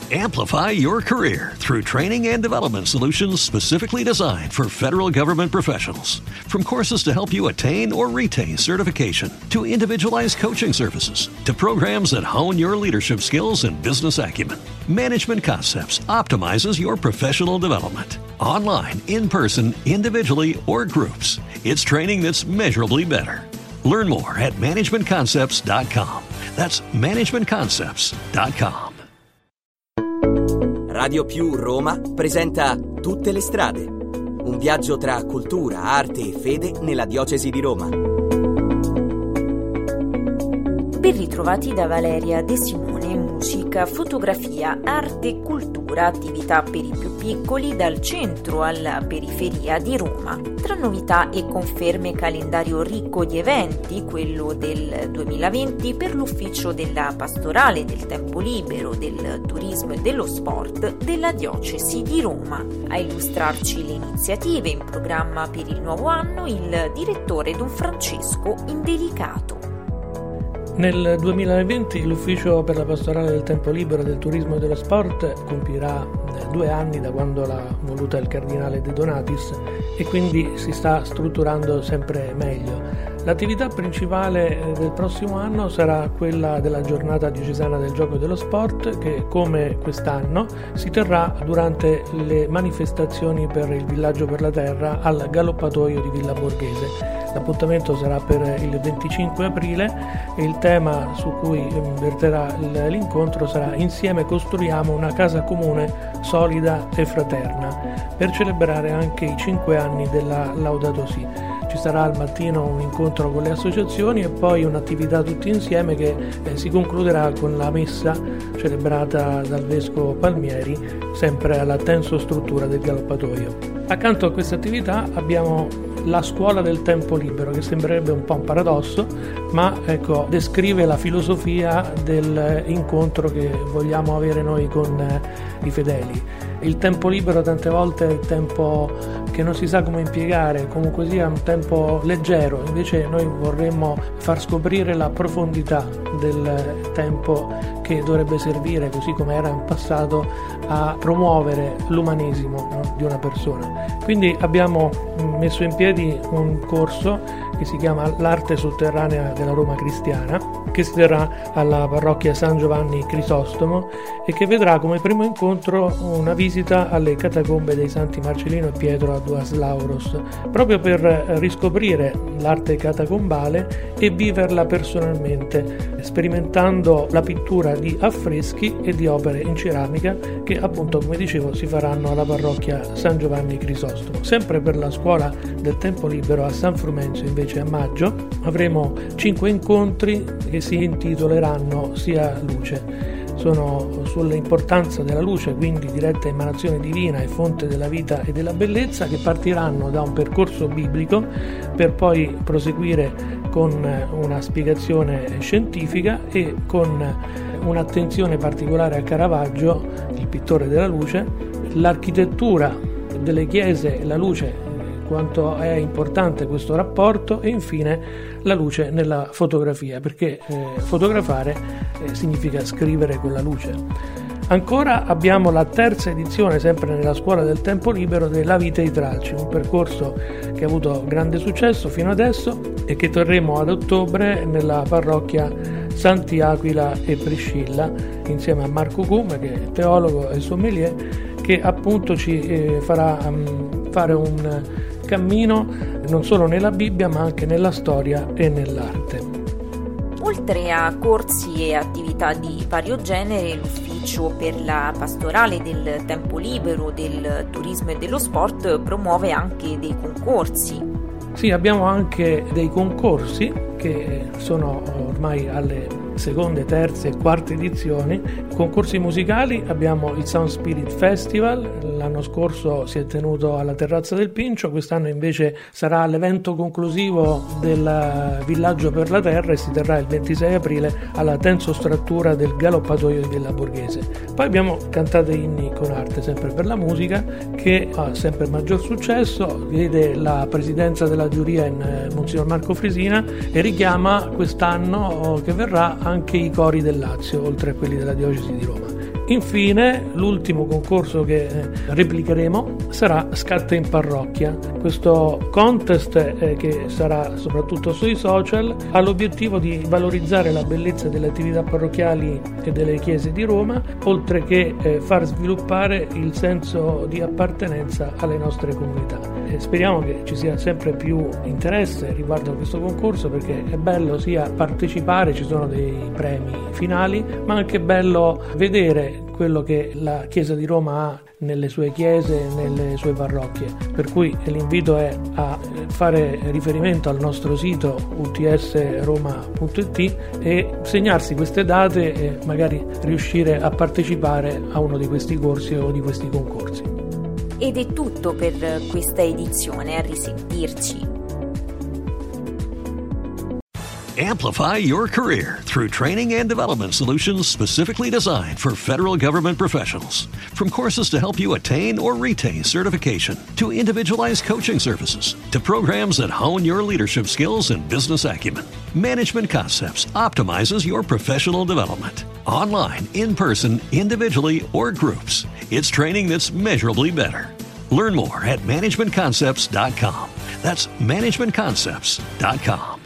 Amplify your career through training and development solutions specifically designed for federal government professionals. From courses to help you attain or retain certification, to individualized coaching services, to programs that hone your leadership skills and business acumen, Management Concepts optimizes your professional development. Online, in person, individually, or groups, it's training that's measurably better. Learn more at managementconcepts.com. That's managementconcepts.com. Radio Più Roma presenta Tutte le strade, un viaggio tra cultura, arte e fede nella diocesi di Roma. Ben ritrovati da Valeria De Simone, musica, fotografia, arte, cultura, attività per i più piccoli dal centro alla periferia di Roma. Tra novità e conferme, calendario ricco di eventi, quello del 2020 per l'ufficio della pastorale del tempo libero, del turismo e dello sport della diocesi di Roma. A illustrarci le iniziative in programma per il nuovo anno il direttore Don Francesco Indelicato. Nel 2020 l'Ufficio per la Pastorale del Tempo Libero, del Turismo e dello Sport compirà 2 anni da quando l'ha voluta il Cardinale De Donatis e quindi si sta strutturando sempre meglio. L'attività principale del prossimo anno sarà quella della Giornata Diocesana del Gioco e dello Sport, che come quest'anno si terrà durante le manifestazioni per il Villaggio per la Terra al Galoppatoio di Villa Borghese. L'appuntamento sarà per il 25 aprile e il tema su cui verterà l'incontro sarà "Insieme costruiamo una casa comune, solida e fraterna", per celebrare anche i 5 anni della Laudato Si. Ci sarà al mattino un incontro con le associazioni e poi un'attività tutti insieme che si concluderà con la messa celebrata dal Vescovo Palmieri, sempre alla tensostruttura del Galoppatoio. Accanto a questa attività abbiamo la scuola del tempo libero, che sembrerebbe un po' un paradosso, ma descrive la filosofia dell'incontro che vogliamo avere noi con i fedeli. Il tempo libero tante volte è il tempo che non si sa come impiegare, comunque sia un tempo leggero, invece noi vorremmo far scoprire la profondità del tempo che dovrebbe servire, così come era in passato, a promuovere l'umanesimo di una persona. Quindi abbiamo messo in piedi un corso che si chiama L'arte sotterranea della Roma cristiana, che si terrà alla parrocchia San Giovanni Crisostomo e che vedrà come primo incontro una visita alle catacombe dei Santi Marcellino e Pietro a Duas Lauros, proprio per riscoprire l'arte catacombale e viverla personalmente, sperimentando la pittura di affreschi e di opere in ceramica che, appunto, come dicevo, si faranno alla parrocchia San Giovanni Crisostomo. Sempre per la scuola del tempo libero a San Frumenzio, invece, a maggio avremo 5 incontri che si intitoleranno Sia Luce. Sono sull'importanza della luce, quindi diretta emanazione divina e fonte della vita e della bellezza, che partiranno da un percorso biblico per poi proseguire con una spiegazione scientifica e con un'attenzione particolare a Caravaggio, il pittore della luce, l'architettura delle chiese e la luce, quanto è importante questo rapporto, e infine la luce nella fotografia, perché fotografare significa scrivere con la luce. Ancora abbiamo la 3ª edizione, sempre nella scuola del tempo libero, della Vita ai Tralci, un percorso che ha avuto grande successo fino adesso e che terremo ad ottobre nella parrocchia Santi Aquila e Priscilla, insieme a Marco Cum, che è teologo e sommelier, che appunto ci farà fare un cammino non solo nella Bibbia ma anche nella storia e nell'arte. Oltre a corsi e attività di vario genere, l'Ufficio per la Pastorale del Tempo Libero, del Turismo e dello Sport promuove anche dei concorsi. Sì, abbiamo anche dei concorsi che sono ormai alle seconde, terze e quarte edizioni. Concorsi musicali: abbiamo il Sound Spirit Festival, l'anno scorso si è tenuto alla Terrazza del Pincio, quest'anno invece sarà l'evento conclusivo del Villaggio per la Terra e si terrà il 26 aprile alla tensostruttura del Galoppatoio di Villa Borghese. Poi abbiamo Cantate inni con arte, sempre per la musica, che ha sempre maggior successo, vede la presidenza della giuria in Monsignor Marco Frisina e richiama quest'anno che verrà anche i cori del Lazio, oltre a quelli della diocesi di Roma. Infine, l'ultimo concorso che replicheremo sarà Scatta in Parrocchia. Questo contest, che sarà soprattutto sui social, ha l'obiettivo di valorizzare la bellezza delle attività parrocchiali e delle chiese di Roma, oltre che far sviluppare il senso di appartenenza alle nostre comunità. Speriamo che ci sia sempre più interesse riguardo a questo concorso, perché è bello sia partecipare, ci sono dei premi finali, ma anche bello vedere quello che la Chiesa di Roma ha nelle sue chiese e nelle sue parrocchie. Per cui l'invito è a fare riferimento al nostro sito utsroma.it e segnarsi queste date e magari riuscire a partecipare a uno di questi corsi o di questi concorsi. Ed è tutto per questa edizione, a risentirci. Amplify your career through training and development solutions specifically designed for federal government professionals. From courses to help you attain or retain certification, to individualized coaching services, to programs that hone your leadership skills and business acumen, Management Concepts optimizes your professional development. Online, in person, individually, or groups, it's training that's measurably better. Learn more at managementconcepts.com. That's managementconcepts.com.